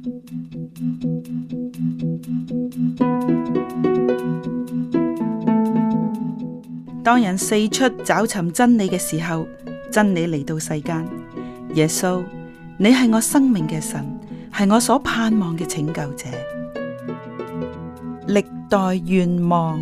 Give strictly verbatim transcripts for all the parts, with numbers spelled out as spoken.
當人四出找尋真理嘅時候，真理嚟到世間。耶穌，你係我生命嘅神，係我所盼望嘅拯救者。歷代願望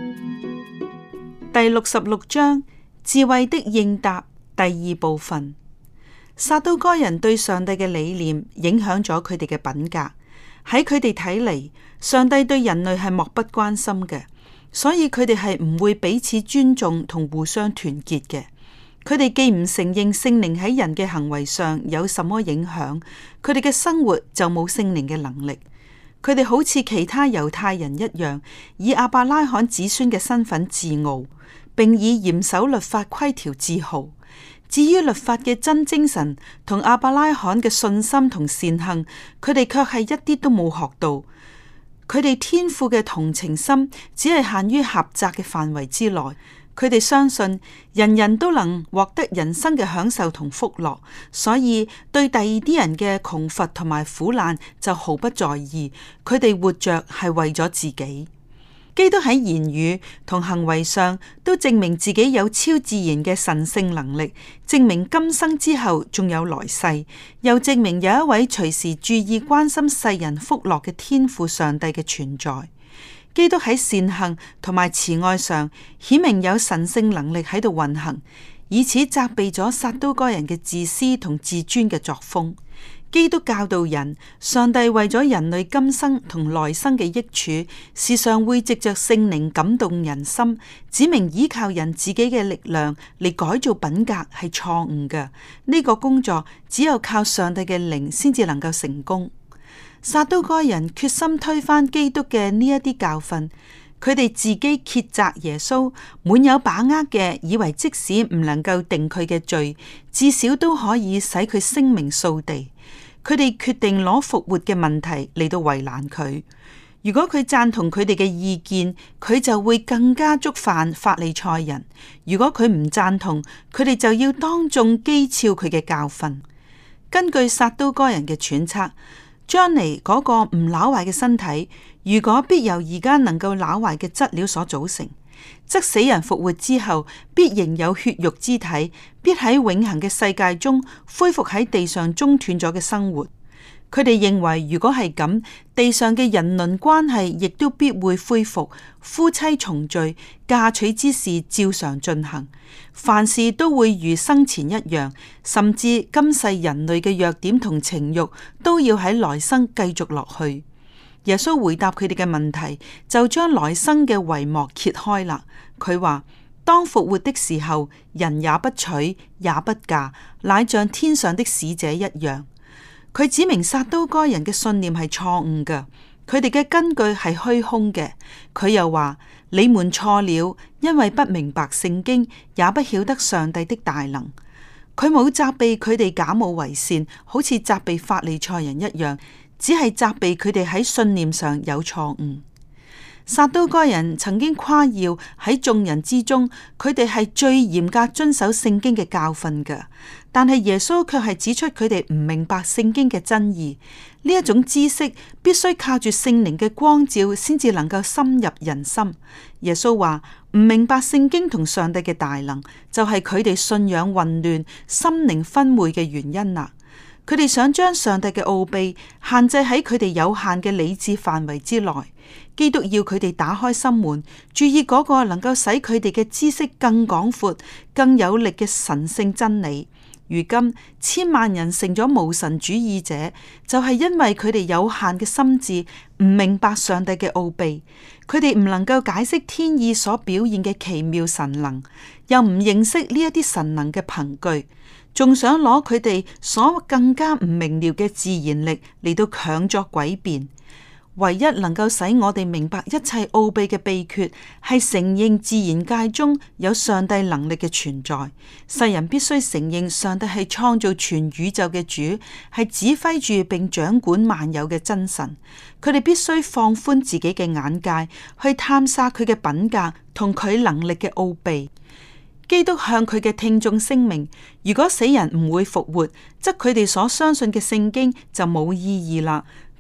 第六十六章，智慧的應答第二部分。撒都該人對上帝嘅理念影響咗佢哋嘅品格。喺佢哋睇嚟，上帝對人類係漠不關心嘅，所以佢哋係唔會彼此尊重同互相團結嘅。佢哋既唔承認聖靈喺人嘅行為上有什麼影響，佢哋嘅生活就冇聖靈嘅能力。佢哋好似其他猶太人一樣，以亞伯拉罕子孫嘅身份自傲，並以嚴守律法規條自豪。至於律法嘅真精神同亞伯拉罕嘅信心同善行，佢哋卻係一啲都冇學到。佢哋天父嘅同情心只係限於狹窄嘅範圍之內。佢哋相信人人都能獲得人生嘅享受同福樂，所以對第二啲人嘅窮乏同埋苦難就毫不在意。佢哋活着係為咗自己。基督喺言語同行為上都證明自己有超自然嘅神聖能力，證明今生之後仲有來世，又證明有一位隨時注意關心世人福樂嘅天父上帝嘅存在。基督喺善行同埋慈愛上顯明有神聖能力喺度運行，以此責備咗撒都該人嘅自私同自尊嘅作風。基督教導人，上帝為咗人類今生同來生嘅益處，時常會藉着聖靈感動人心，指明依靠人自己嘅力量嚟改造品格係錯誤嘅。呢個工作只有靠上帝嘅靈先至能夠成功。撒都該人決心推翻基督嘅呢一啲教訓，佢哋自己謁責耶穌，滿有把握嘅以為即使唔能夠定佢嘅罪，至少都可以使佢聲名掃地。佢哋決定攞復活嘅問題嚟到為難佢。如果佢贊同佢哋嘅意見，佢就會更加觸犯法利賽人；如果佢唔贊同，佢哋就要當眾譏誚佢嘅教訓。根據撒都該人嘅揣測，將嚟嗰個唔朽壞嘅身體，如果必由而家能夠朽壞嘅質料所組成，則死人復活之後，必仍有血肉之體，必喺永恆嘅世界中恢復喺地上中斷咗嘅生活。佢哋認為，如果係咁，地上嘅人倫關係亦都必會恢復，夫妻重聚，嫁娶之事照常進行，凡事都會如生前一樣，甚至今世人類嘅弱點同情慾都要喺來生繼續落去。耶穌回答佢哋嘅問題，就將來生嘅帷幕揭開啦。佢話：當復活的時候，人也不娶也不嫁，乃像天上的使者一樣。佢指明撒都該人嘅信念係錯誤嘅，佢哋嘅根據係虛空嘅。佢又話：你們錯了，因為不明白聖經，也不曉得上帝的大能。佢冇責備佢哋假冒為善，好似責備法利賽人一樣，只係責備佢哋喺信念上有錯誤。撒都該人曾經誇耀喺眾人之中，佢哋係最嚴格遵守聖經嘅教訓嘅，但係耶穌卻係指出佢哋唔明白聖經嘅真義。呢一種知識必須靠住聖靈嘅光照，先至能夠深入人心。耶穌話唔明白聖經同上帝嘅大能，就係佢哋信仰混亂、心靈昏昧嘅原因啦。佢哋想將上帝嘅奧秘限制喺佢哋有限嘅理智範圍之內。基督要佢哋打開心門，注意嗰個能夠使佢哋嘅知識更廣闊、更有力嘅神聖真理。如今千萬人成咗無神主義者，就係因為佢哋有限嘅心智唔明白上帝嘅奧秘，佢哋唔能夠解釋天意所表現嘅奇妙神能，又唔認識呢一啲神能嘅憑據，仲想攞佢哋所更加唔明了嘅自然力嚟到強作詭辯。唯一能夠使我哋明白一切奧秘嘅秘訣，係承認自然界中有上帝能力嘅存在。世人必須承認上帝係創造全宇宙嘅主，係指揮住並掌管萬有嘅真神。佢哋必須放寬自己嘅眼界，去探索佢嘅品格同佢能力嘅奧秘。基督向佢嘅聽眾聲明，如果死人唔會復活，則佢哋所相信嘅聖經就冇意義啦。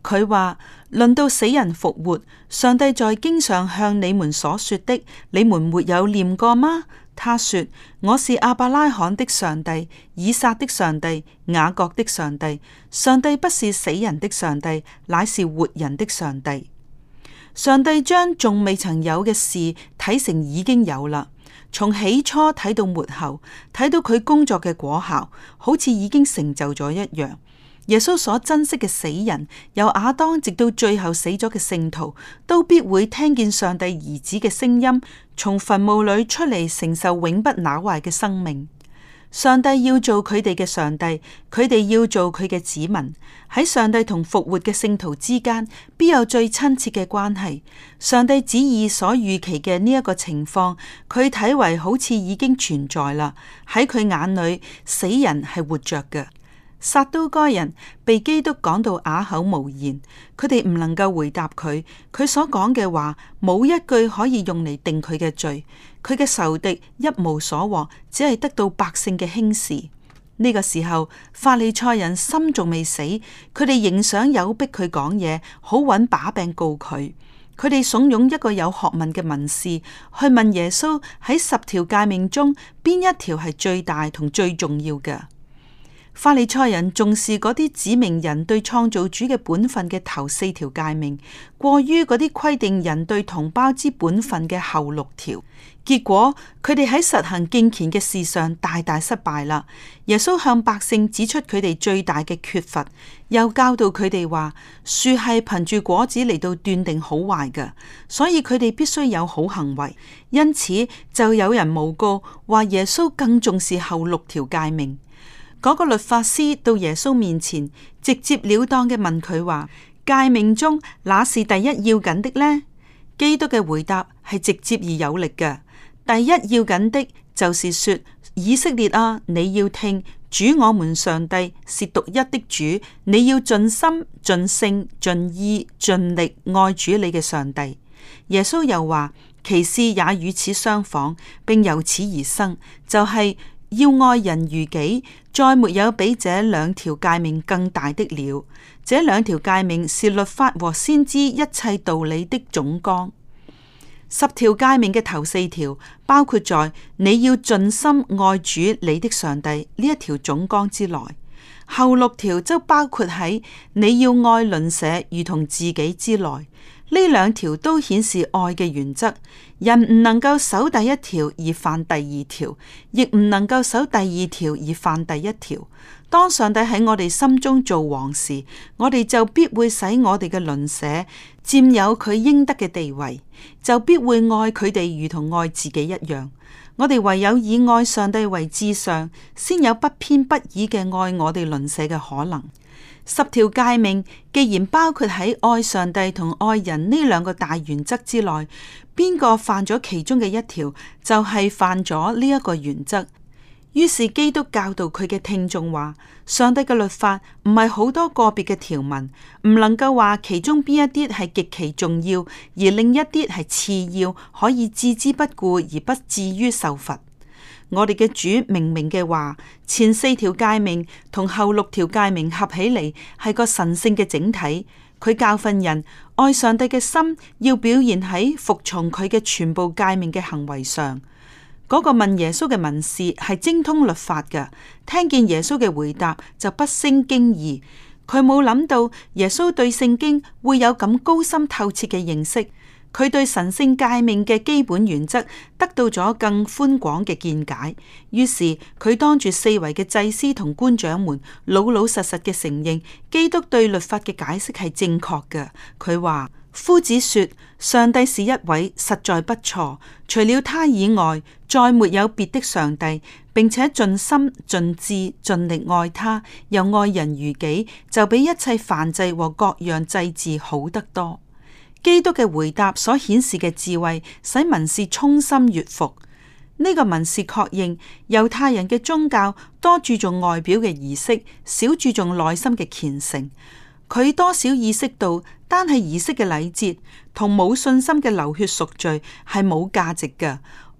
佢話：論到死人復活，上帝在經上向你們所說的，你們沒有念過嗎？他說：我是亞伯拉罕的上帝，以撒的上帝，雅各的上帝。上帝不是死人的上帝，乃是活人的上帝。上帝將仲未曾有嘅事睇成已經有啦，從起初睇到末後，睇到佢工作嘅果效，好似已經成就咗一樣。耶穌所珍惜嘅死人，由亞當直到最後死咗嘅聖徒，都必會聽見上帝兒子嘅聲音，從墳墓裏出嚟，承受永不朽壞嘅生命。上帝要做佢哋嘅上帝，佢哋要做佢嘅子民。喺上帝同復活嘅聖徒之間，必有最親切嘅關係。上帝旨意所預期嘅呢一個情況，佢睇為好似已經存在啦。喺佢眼裏，死人係活着嘅。撒都該人被基督講到啞口無言，佢哋唔能夠回答佢，佢所講嘅話冇一句可以用嚟定佢嘅罪，佢嘅仇敵一無所獲，只係得到百姓嘅輕視。呢個時候，法利賽人心仲未死，佢哋仍想誘逼佢講嘢，好揾把柄告佢。佢哋慫恿一個有學問嘅文士去問耶穌喺十條誡命中邊一條係最大同最重要嘅。法利賽人重視嗰啲指明人對創造主嘅本分嘅頭四條誡命，過於嗰啲規定人對同胞之本分嘅後六條。結果佢哋喺實行敬虔嘅事上大大失敗啦。耶穌向百姓指出佢哋最大嘅缺乏，又教導佢哋話樹係憑住果子嚟到斷定好壞嘅，所以佢哋必須有好行為。因此就有人誣告話耶穌更重視後六條誡命。嗰個律法師到耶穌面前，直接了當嘅問佢話：誡命中哪是第一要緊的呢？基督嘅回答係直接而有力嘅。第一要緊的就是說，以色列啊，你要聽，主我們上帝是獨一的主，你要盡心、盡性、盡意、盡力愛主你嘅上帝。耶穌又話，其次也與此相仿，並由此而生，就係、是。要愛人如己，再沒有比這兩條誡命更大的了。這兩條誡命是律法和先知一切道理的總綱。十條誡命嘅頭四條包括在你要盡心愛主你的上帝呢一條總綱之內，後六條則包括喺你要愛鄰舍如同自己之內。呢兩條都顯示愛嘅原則，人唔能夠守第一條而犯第二條，亦唔能夠守第二條而犯第一條。當上帝喺我哋心中做王時，我哋就必會使我哋嘅鄰舍佔有佢應得嘅地位，就必會愛佢哋如同愛自己一樣。我哋唯有以愛上帝為至上，先有不偏不倚嘅愛我哋鄰舍嘅可能。十條誡命既然包括喺愛上帝同愛人呢兩個大原則之內，邊個犯咗其中嘅一條，就係犯咗呢一個原則。於是基督教導佢嘅聽眾話，上帝嘅律法唔係好多個別嘅條文，唔能夠話其中邊一啲係極其重要，而另一啲係次要，可以置之不顧而不至於受罰。我哋嘅主明明嘅話，前四條誡命同後六條誡命合起嚟係個神聖嘅整體。佢教訓人愛上帝嘅心要表現喺服從佢嘅全部誡命嘅行為上。嗰、那個問耶穌嘅文士係精通律法嘅，聽見耶穌嘅回答就不勝驚異。佢冇諗到耶穌對聖經會有咁高深透徹嘅認識。佢對神聖誡命嘅基本原則得到咗更寬廣嘅見解，於是佢當住四圍嘅祭司同官長們，老老實實嘅承認基督對律法嘅解釋係正確嘅。佢話：夫子說，上帝是一位，實在不錯，除了他以外，再沒有別的上帝，並且盡心盡智盡力愛他，又愛人如己，就比一切燔祭和各樣祭祀好得多。基督嘅回答所顯示嘅智慧，使文士衷心悅服。呢、這個文士確認猶太人嘅宗教多注重外表嘅儀式，少注重內心嘅虔誠。佢多少意識到，單係儀式嘅禮節同冇信心嘅流血贖罪係冇價值嘅。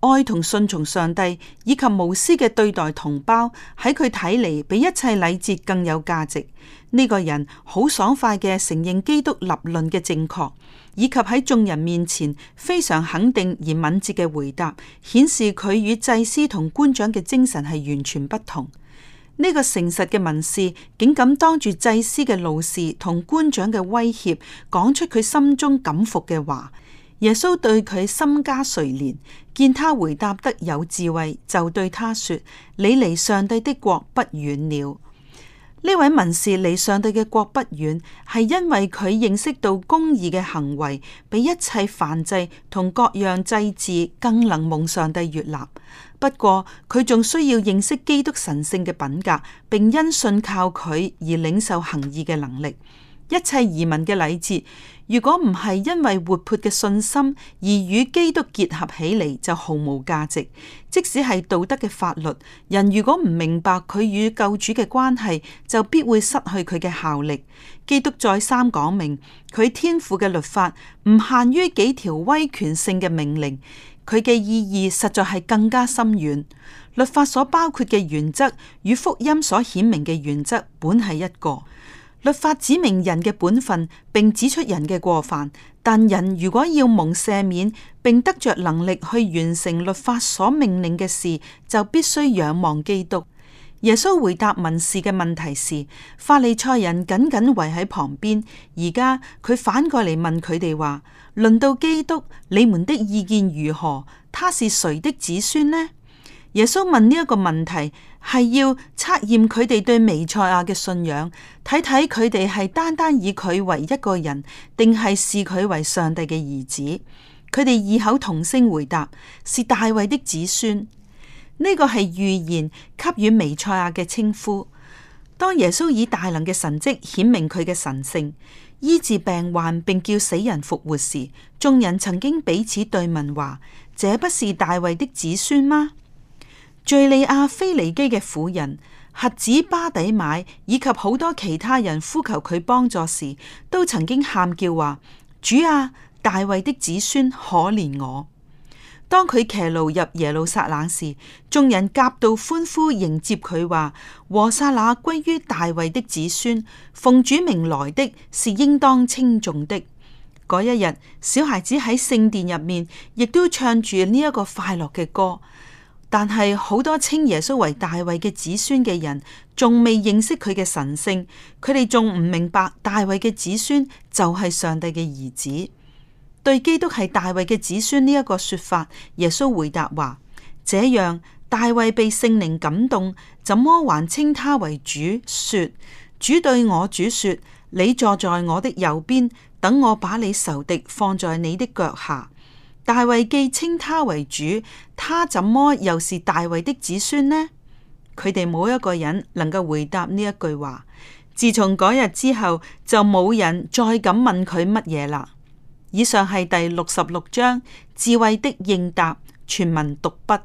愛同順從上帝，以及無私嘅對待同胞，喺佢睇嚟比一切禮節更有價值。呢個人好爽快嘅承認基督立論嘅正確，以及喺眾人面前非常肯定而敏捷嘅回答，顯示佢與祭司同官長嘅精神係完全不同。呢個誠實嘅文士竟敢當住祭司嘅怒視同官長嘅威脅，講出佢心中感服嘅話。耶穌對佢深加垂憐，見他回答得有智慧，就對他說：你離上帝的國不遠了。呢位文士離上帝嘅國不遠，係因為佢認識到公義嘅行為比一切燔祭同各樣祭祀更能蒙上帝悅納。不過佢仲需要認識基督神聖嘅品格，並因信靠佢而領受行義嘅能力。一切移民嘅禮節，如果唔係因為活潑嘅信心而與基督結合起嚟，就毫無價值。即使係道德嘅法律，人如果唔明白佢與救主嘅關係，就必會失去佢嘅效力。基督再三講明，佢天父嘅律法唔限於幾條威權性嘅命令，佢嘅意義實在係更加深遠。律法所包括嘅原則與福音所顯明嘅原則本係一個。律法指明人嘅本分，並指出人嘅過犯，但人如果要蒙赦免，並得着能力去完成律法所命令嘅事，就必須仰望基督。耶穌回答文士嘅問題時，法利賽人緊緊圍喺旁邊。而家佢反過嚟問佢哋話：論到基督，你們的意見如何？他是誰的子孫呢？耶穌問呢一個問題，係要測驗佢哋對彌賽亞嘅信仰，睇睇佢哋係單單以佢為一個人，定係視佢為上帝嘅兒子。佢哋異口同聲回答：是大衛的子孫。呢個係預言給予彌賽亞嘅稱呼。當耶穌以大能嘅神蹟顯明佢嘅神聖，醫治病患並叫死人復活時，眾人曾經彼此對問話：這不是大衛的子孫嗎？敘利亞腓尼基嘅婦人、瞎子巴底買以及好多其他人呼求佢幫助時，都曾經喊叫話：主啊，大衛的子孫，可憐我！當佢騎驢入耶路撒冷時，眾人夾道歡呼迎接佢，話：和散那歸於大衛的子孫，奉主名來的是應當稱頌的。嗰一日，小孩子喺聖殿入面，亦都唱住呢一個快樂嘅歌。但係好多稱耶穌為大衛嘅子孫嘅人，仲未認識佢嘅神聖，佢哋仲唔明白大衛嘅子孫就係上帝嘅兒子。對基督係大衛嘅子孫呢一個說法，耶穌回答話：這樣大衛被聖靈感動，怎麼還稱他為主？說主對我主說：你坐在我的右邊，等我把你仇敵放在你的腳下。大衛既稱他為主，他怎麼又是大衛的子孫呢？佢哋冇一個人能夠回答呢一句話。自從嗰日之後，就冇人再敢問佢乜嘢啦。以上係第六十六章智慧的應答，全文讀畢。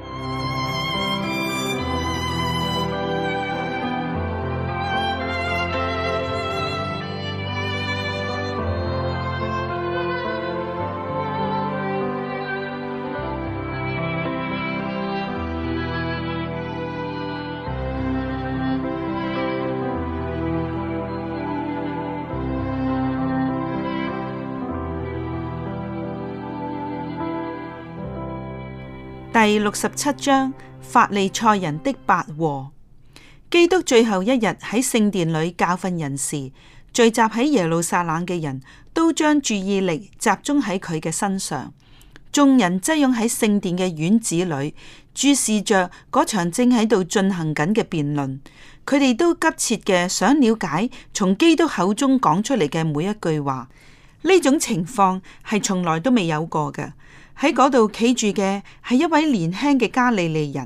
第六十七章法利賽人的八禍。基督最後一日喺聖殿裏教訓人時，聚集喺耶路撒冷嘅人都將注意力集中喺佢嘅身上。眾人擠擁喺聖殿嘅院子裏，注視着嗰場正喺度進行緊嘅辯論。佢哋都急切嘅想了解從基督口中講出嚟嘅每一句話。呢種情況係從來都未有過嘅。喺嗰度企住嘅係一位年輕嘅加利利人，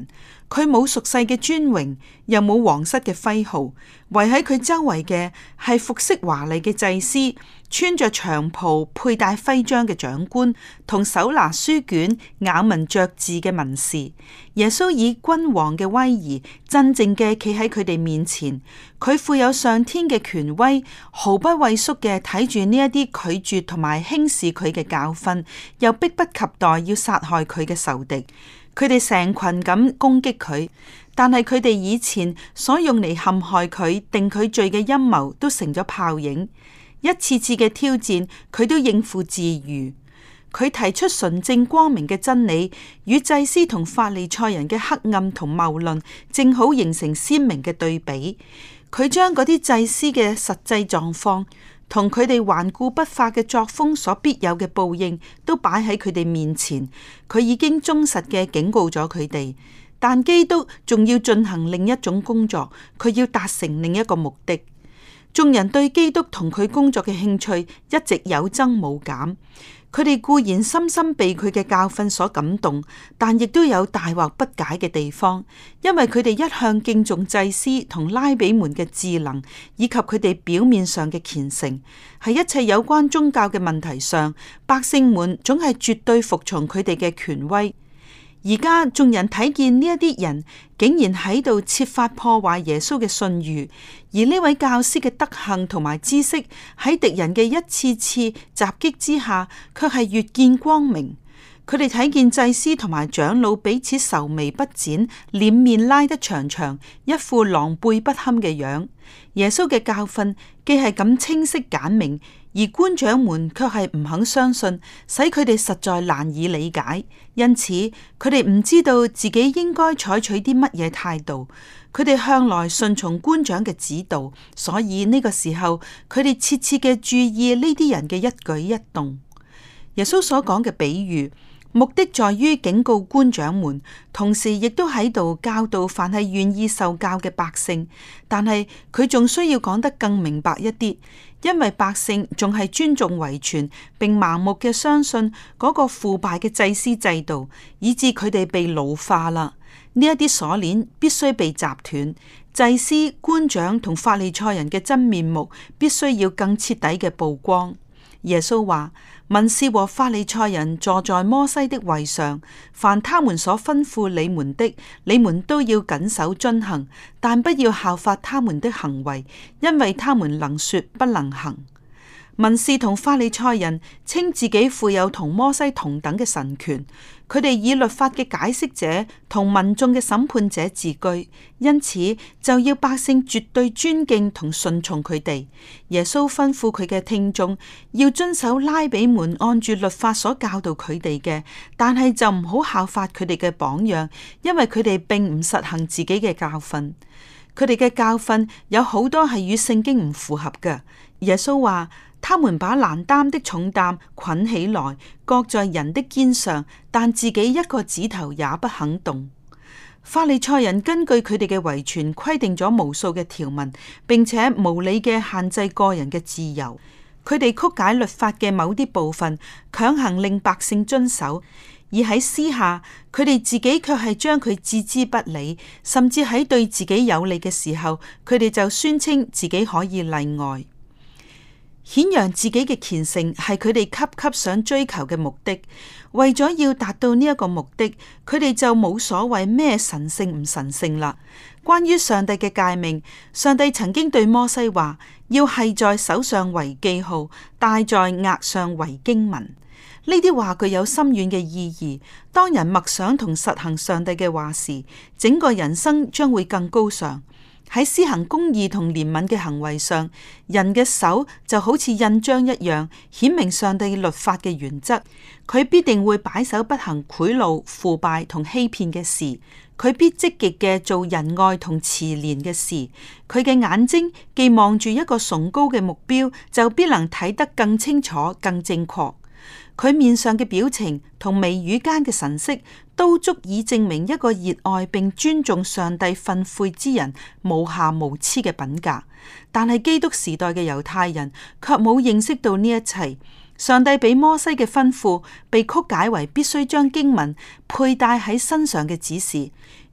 佢冇屬世嘅尊榮，又冇皇室嘅徽號，圍喺佢周圍嘅係服飾華麗嘅祭司，穿着長袍、佩戴徽章嘅長官，同手拿書卷、咬文嚼字嘅文士。耶穌以君王嘅威儀，真正嘅企喺佢哋面前。佢富有上天嘅權威，毫不畏縮嘅睇住呢一啲拒絕同埋輕視佢嘅教訓，又迫不及待要殺害佢嘅仇敵。佢哋成群咁攻擊佢，但係佢哋以前所用嚟陷害佢、定佢罪嘅陰謀都成咗泡影。一次次嘅挑戰，佢都應付自如。佢提出純正光明嘅真理，與祭司同法利賽人嘅黑暗同謬論，正好形成鮮明嘅對比。佢將嗰啲祭司嘅實際狀況，同佢哋頑固不化嘅作風所必有嘅報應，都擺喺佢哋面前。佢已經忠實嘅警告咗佢哋，但基督仲要進行另一種工作，佢要達成另一個目的。眾人對基督同佢工作嘅興趣一直有增冇減。佢哋固然深深被佢嘅教訓所感動，但亦都有大惑不解嘅地方，因為佢哋一向敬重祭司同拉比們嘅智能，以及佢哋表面上嘅虔誠。喺一切有關宗教嘅問題上，百姓們總係絕對服從佢哋嘅權威。而家眾人睇見呢一啲人竟然喺度設法破壞耶穌嘅信譽，而呢位教師嘅德行同埋知識喺敵人嘅一次次襲擊之下，卻係越見光明。佢哋睇見祭司同埋長老彼此愁眉不展，臉面拉得長長，一副狼狽不堪嘅樣。耶穌嘅教訓既係咁清晰簡明，而官長們卻係唔肯相信，使佢哋實在難以理解。因此，佢哋唔知道自己應該採取啲乜嘢態度。佢哋向來順從官長嘅指導，所以呢個時候，佢哋切切嘅注意呢啲人嘅一舉一動。耶穌所講嘅比喻，目的在於警告官長們，同時亦都喺度教導凡係願意受教嘅百姓。但係佢仲需要講得更明白一啲，因為百姓仲係尊重遺傳，並盲目嘅相信嗰個腐敗嘅祭司制度，以致佢哋被奴化啦。呢一啲鎖鏈必須被截斷，祭司、官長同法利賽人嘅真面目必須要更徹底嘅曝光。耶穌話：文士和法利賽人坐在摩西的位上，凡他們所吩咐你們的，你們都要謹守遵行，但不要效法他們的行為，因為他們能說不能行。文士同法利賽人稱自己負有同摩西同等嘅神權，佢哋以律法嘅解釋者同民眾嘅審判者自居，因此就要百姓絕對尊敬同順從佢哋。耶穌吩咐佢嘅聽眾要遵守拉比們按住律法所教導佢哋嘅，但係就唔好效法佢哋嘅榜樣，因為佢哋並唔實行自己嘅教訓。佢哋嘅教訓有好多係與聖經唔符合嘅。耶穌話：他們把難擔的重擔捆起來，擱在人的肩上，但自己一個指頭也不肯動。法利賽人根據佢哋嘅遺傳規定咗無數嘅條文，並且無理嘅限制個人嘅自由。佢哋曲解律法嘅某啲部分，強行令百姓遵守，而喺私下，佢哋自己卻係將佢置之不理，甚至喺對自己有利嘅時候，佢哋就宣稱自己可以例外。顯揚自己嘅虔誠係佢哋級級想追求嘅目的。為咗要達到呢一個目的，佢哋就冇所謂咩神聖唔神聖啦。關於上帝嘅誡命，上帝曾經對摩西話：要繫在手上為記號，戴在額上為經文。呢啲話具有深遠嘅意義。當人默想同實行上帝嘅話時，整個人生將會更高尚。喺施行公義同憐憫嘅行為上，人嘅手就好似印章一樣，顯明上帝律法嘅原則。佢必定會擺手不行賄賂、腐敗同欺騙嘅事，佢必積極嘅做仁愛同慈憐嘅事。佢嘅眼睛既望住一個崇高嘅目標，就必能睇得更清楚、更正確。佢面上嘅表情同眉宇間嘅神色，都足以證明一個熱愛並尊重上帝訓誨之人無瑕無疵嘅品格。但係基督時代嘅猶太人卻冇認識到呢一切。上帝俾摩西嘅吩咐被曲解為必須將經文佩戴喺身上嘅指示，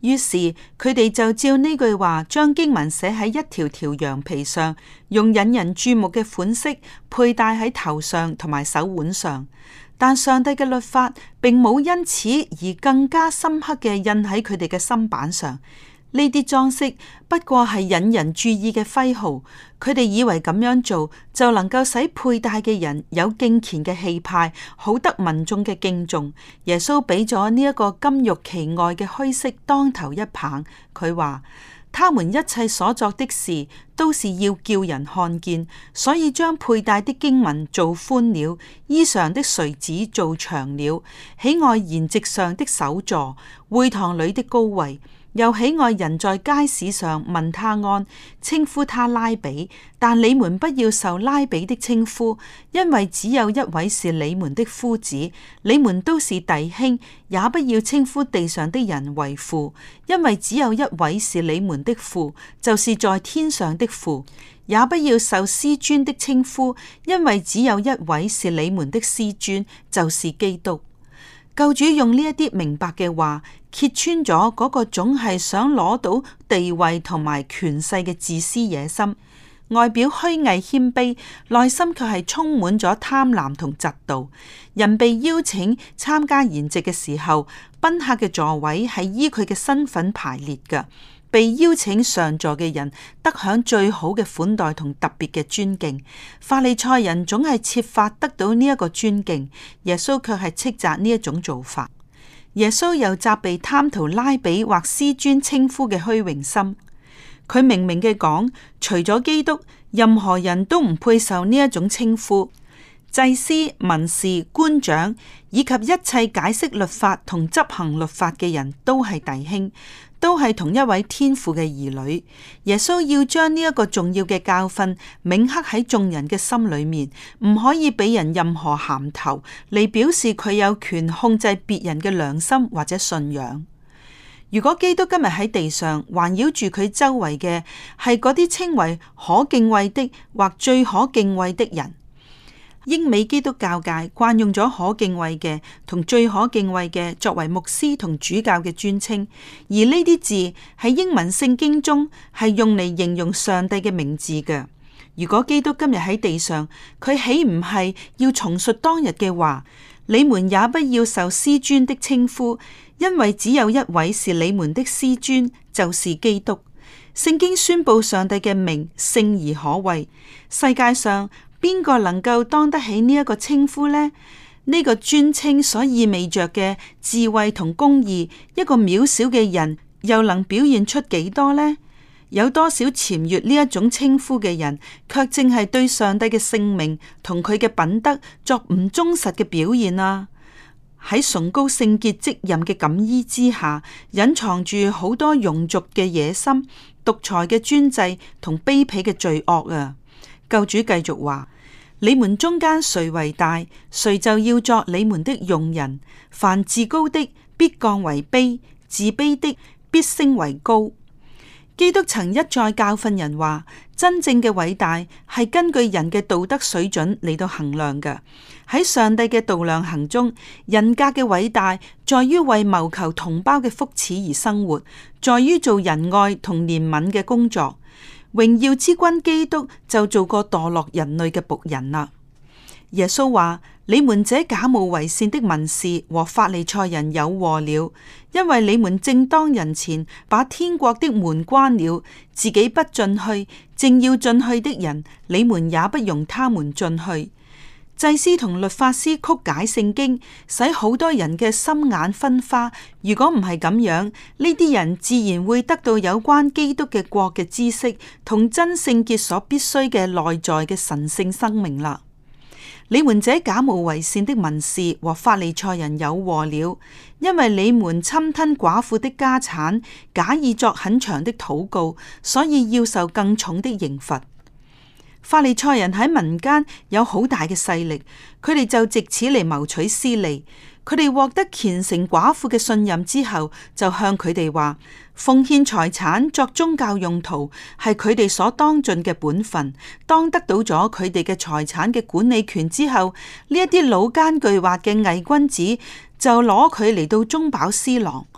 於是佢哋就照呢句話，將經文寫喺一條條羊皮上，用引人注目嘅款式佩戴喺頭上同埋手腕上。但上帝嘅律法並冇因此而更加深刻嘅印喺佢哋嘅心板上。呢啲裝飾不過係引人注意嘅徽號，佢哋以為咁樣做就能夠使佩戴嘅人有敬虔嘅氣派，好得民眾嘅敬重。耶穌俾咗呢一個金玉其外嘅虛飾當頭一棒，佢話：他們一切所作的事都是要叫人看見，所以將佩戴的經文做寬了，衣裳的垂子做長了，喜愛筵席上的首座，會堂裏的高位。又喜愛人在街市上問他安，稱呼他拉比，但你們不要受拉比的稱呼，因為只有一位是你們的夫子，你們都是弟兄，也不要稱呼地上的人為父，因為只有一位是你們的父，就是在天上的父。也不要受師尊的稱呼，因為只有一位是你們的師尊，就是基督。救主用呢一啲明白嘅話，揭穿咗嗰個總係想攞到地位同埋權勢嘅自私野心，外表虛偽謙卑，內心卻係充滿咗貪婪同嫉妒。人被邀請參加筵席嘅時候，賓客嘅座位係依佢嘅身份排列㗎。被邀請上座嘅人得享最好嘅款待同特別嘅尊敬。法利賽人總係設法得到呢一個尊敬，耶穌卻係斥責呢一種做法。耶穌又責備貪圖拉比或師尊稱呼嘅虛榮心。佢明明嘅講，除咗基督，任何人都唔配受呢一種稱呼。祭司、文士、官長以及一切解釋律法同執行律法嘅人都係弟兄，都係同一位天父嘅兒女。耶穌要將呢一個重要嘅教訓銘刻喺眾人嘅心裏面，唔可以俾人任何銜頭嚟表示佢有權控制別人嘅良心或者信仰。如果基督今日喺地上環繞住佢周圍嘅係嗰啲稱為可敬畏的或最可敬畏的人，英美基督教界慣用咗可敬畏嘅同最可敬畏嘅作為牧師同主教嘅尊稱，而呢啲字喺英文聖經中係用嚟形容上帝嘅名字嘅。如果基督今日喺地上，佢豈唔係要重述當日嘅話？你們也不要受師尊的稱呼，因為只有一位是你們的師尊，就是基督。聖經宣布上帝嘅名聖而可畏，世界上邊個能夠當得起呢一個稱呼呢？呢、這個尊稱所意味着嘅智慧同公義，一個渺小嘅人又能表現出幾多呢？有多少僭越呢一種稱呼嘅人，卻正係對上帝嘅聖名同佢嘅品德作唔忠實嘅表現啊！喺崇高聖潔職任嘅錦衣之下，隱藏住好多庸俗嘅野心、獨裁嘅專制同卑鄙嘅罪惡啊！救主繼續話：你們中間誰為大，誰就要作你們的用人。凡自高的，必降為卑；自卑的，必升為高。基督曾一再教訓人話，真正嘅偉大係根據人嘅道德水準嚟到衡量嘅。喺上帝嘅度量衡中，人格嘅偉大在於為謀求同胞嘅福祉而生活，在於做仁愛同憐憫嘅工作。榮耀之君基督就做過墮落人類嘅僕人啦。耶穌話：你們這假冒為善的文士和法利賽人有禍了，因為你們正當人前把天國的門關了，自己不進去，正要進去的人，你們也不容他們進去。祭司同律法師曲解聖經，使好多人嘅心眼昏花。如果唔係咁樣，呢啲人自然會得到有關基督嘅國嘅知識，同真聖潔所必須嘅內在嘅神聖生命啦。你們這假冒為善的文士和法利賽人有禍了，因為你們侵吞寡婦的家產，假意作很長的禱告，所以要受更重的刑罰。法利賽人喺民間有好大嘅勢力，佢哋就借此嚟謀取私利。佢哋獲得虔誠寡婦嘅信任之後，就向佢哋話：奉獻財產作宗教用途係佢哋所當盡嘅本分。當得到咗佢哋嘅財產嘅管理權之後，呢一啲老奸巨猾嘅偽君子就攞佢嚟到中飽私囊。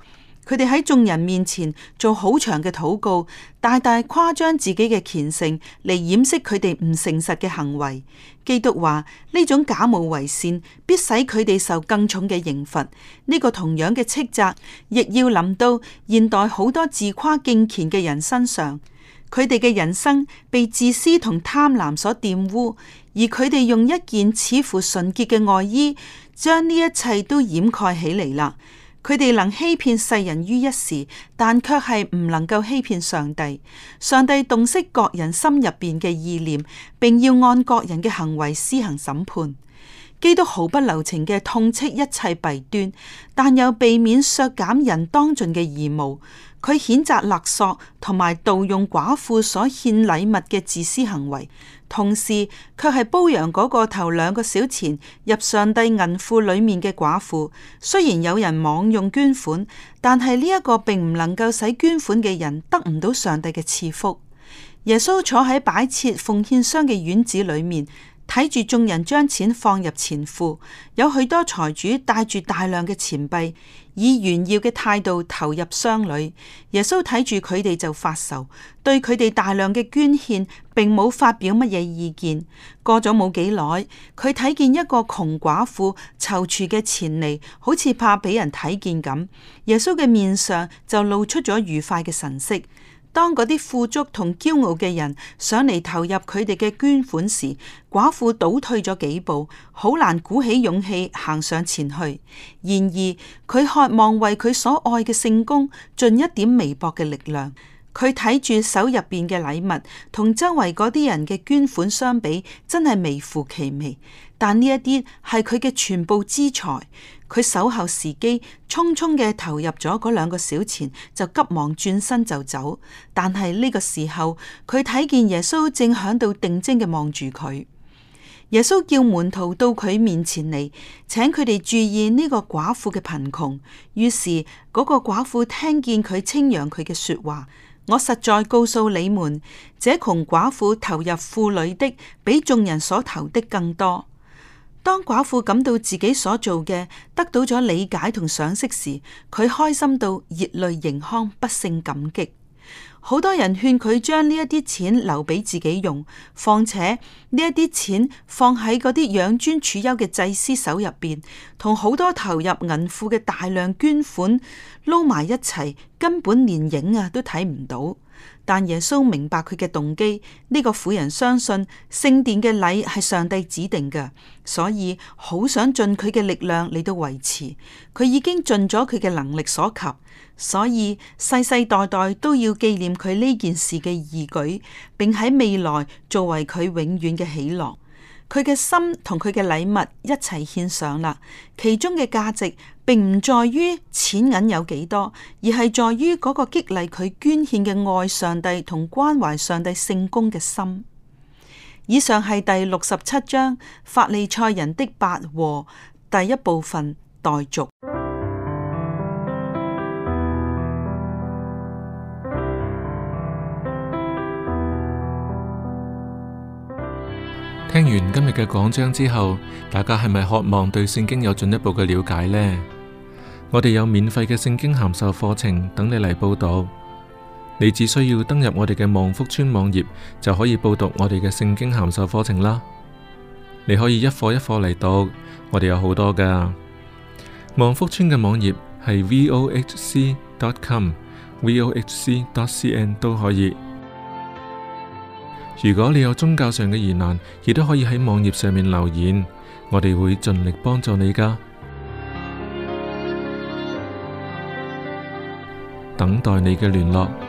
佢哋喺眾人面前做好長嘅禱告，大大誇張自己嘅虔誠嚟掩飾佢哋唔誠實嘅行為。基督話呢種假冒為善必使佢哋受更重嘅刑罰。呢個同樣嘅斥責亦要臨到現代好多自誇敬虔嘅人身上。佢哋嘅人生被自私同貪婪所玷污，而佢哋用一件似乎純潔嘅外衣將呢一切都掩蓋起嚟啦。佢哋能欺騙世人於一時，但卻係唔能夠欺騙上帝。上帝洞悉各人心入邊嘅意念，並要按各人嘅行為施行審判。基督毫不留情嘅痛斥一切弊端，但又避免削減人當盡嘅義務。佢譴責勒索同埋盜用寡婦所獻禮物嘅自私行為，同時卻係褒揚嗰個投兩個小錢入上帝銀庫裏面嘅寡婦。雖然有人妄用捐款，但係呢一個並唔能夠使捐款嘅人得唔到上帝嘅賜福。耶穌坐喺擺設奉獻箱嘅院子裏面，睇住眾人將錢放入錢庫，有許多財主帶住大量嘅錢幣，以炫耀嘅態度投入箱裏。耶穌睇住佢哋就發愁，對佢哋大量嘅捐獻並冇發表乜嘢意見。過咗冇幾耐，佢睇見一個窮寡婦躊躇嘅前嚟，好似怕俾人睇見咁。耶穌嘅面上就露出咗愉快嘅神色。當嗰啲富足同驕傲嘅人上嚟投入佢哋嘅捐款時，寡婦倒退咗幾步，好難鼓起勇氣行上前去。然而佢渴望為佢所愛嘅聖工盡一點微薄嘅力量。佢睇住手入邊嘅禮物，同周圍嗰啲人嘅捐款相比，真係微乎其微。但呢一啲係佢嘅全部資財。佢守候時機，匆匆嘅投入咗嗰兩個小錢，就急忙轉身就走。但係呢個時候，佢睇見耶穌正響度定睛嘅望住佢。耶穌叫門徒到佢面前嚟，請佢哋注意呢個寡婦嘅貧窮。於是嗰個寡婦聽見佢稱揚佢嘅說話。我實在告訴你們，這窮寡婦投入庫裏的，比眾人所投的更多。當寡婦感到自己所做嘅得到咗理解同賞識時，佢開心到熱淚盈眶，不勝感激。好多人勸佢將呢一啲錢留俾自己用，況且呢一啲錢放喺嗰啲養尊處優嘅祭司手入邊，同好多投入銀庫嘅大量捐款撈埋一齊，根本連影啊都睇唔到。但耶穌明白佢嘅動機，呢個婦人相信聖殿嘅禮係上帝指定嘅，所以好想盡佢嘅力量嚟到維持。佢已經盡咗佢嘅能力所及，所以世世代代都要紀念佢呢件事嘅義舉，並喺未來作為佢永遠嘅喜樂。佢嘅心同佢嘅禮物一齊獻上啦，其中嘅價值並唔在於錢銀有幾多，而係在於嗰個激勵佢捐獻嘅愛上帝同關懷上帝聖工嘅心。以上係第六十七章法利賽人的八禍第一部分待續。 聽完今日嘅講章之後，大家係咪渴望對聖經有進一步嘅了解呢？我哋有免費嘅聖經函授課程等你嚟報讀，你只需要登入我哋嘅望福村網頁就可以報讀我哋嘅聖經函授課程啦。你可以一課一課嚟讀，我哋有好多噶。望福村嘅網頁係 vohc dot com、vohc dot cn 都可以。如果你有宗教上嘅疑難，亦都可以喺網頁上面留言，我哋會盡力幫助你噶。等待你嘅聯絡。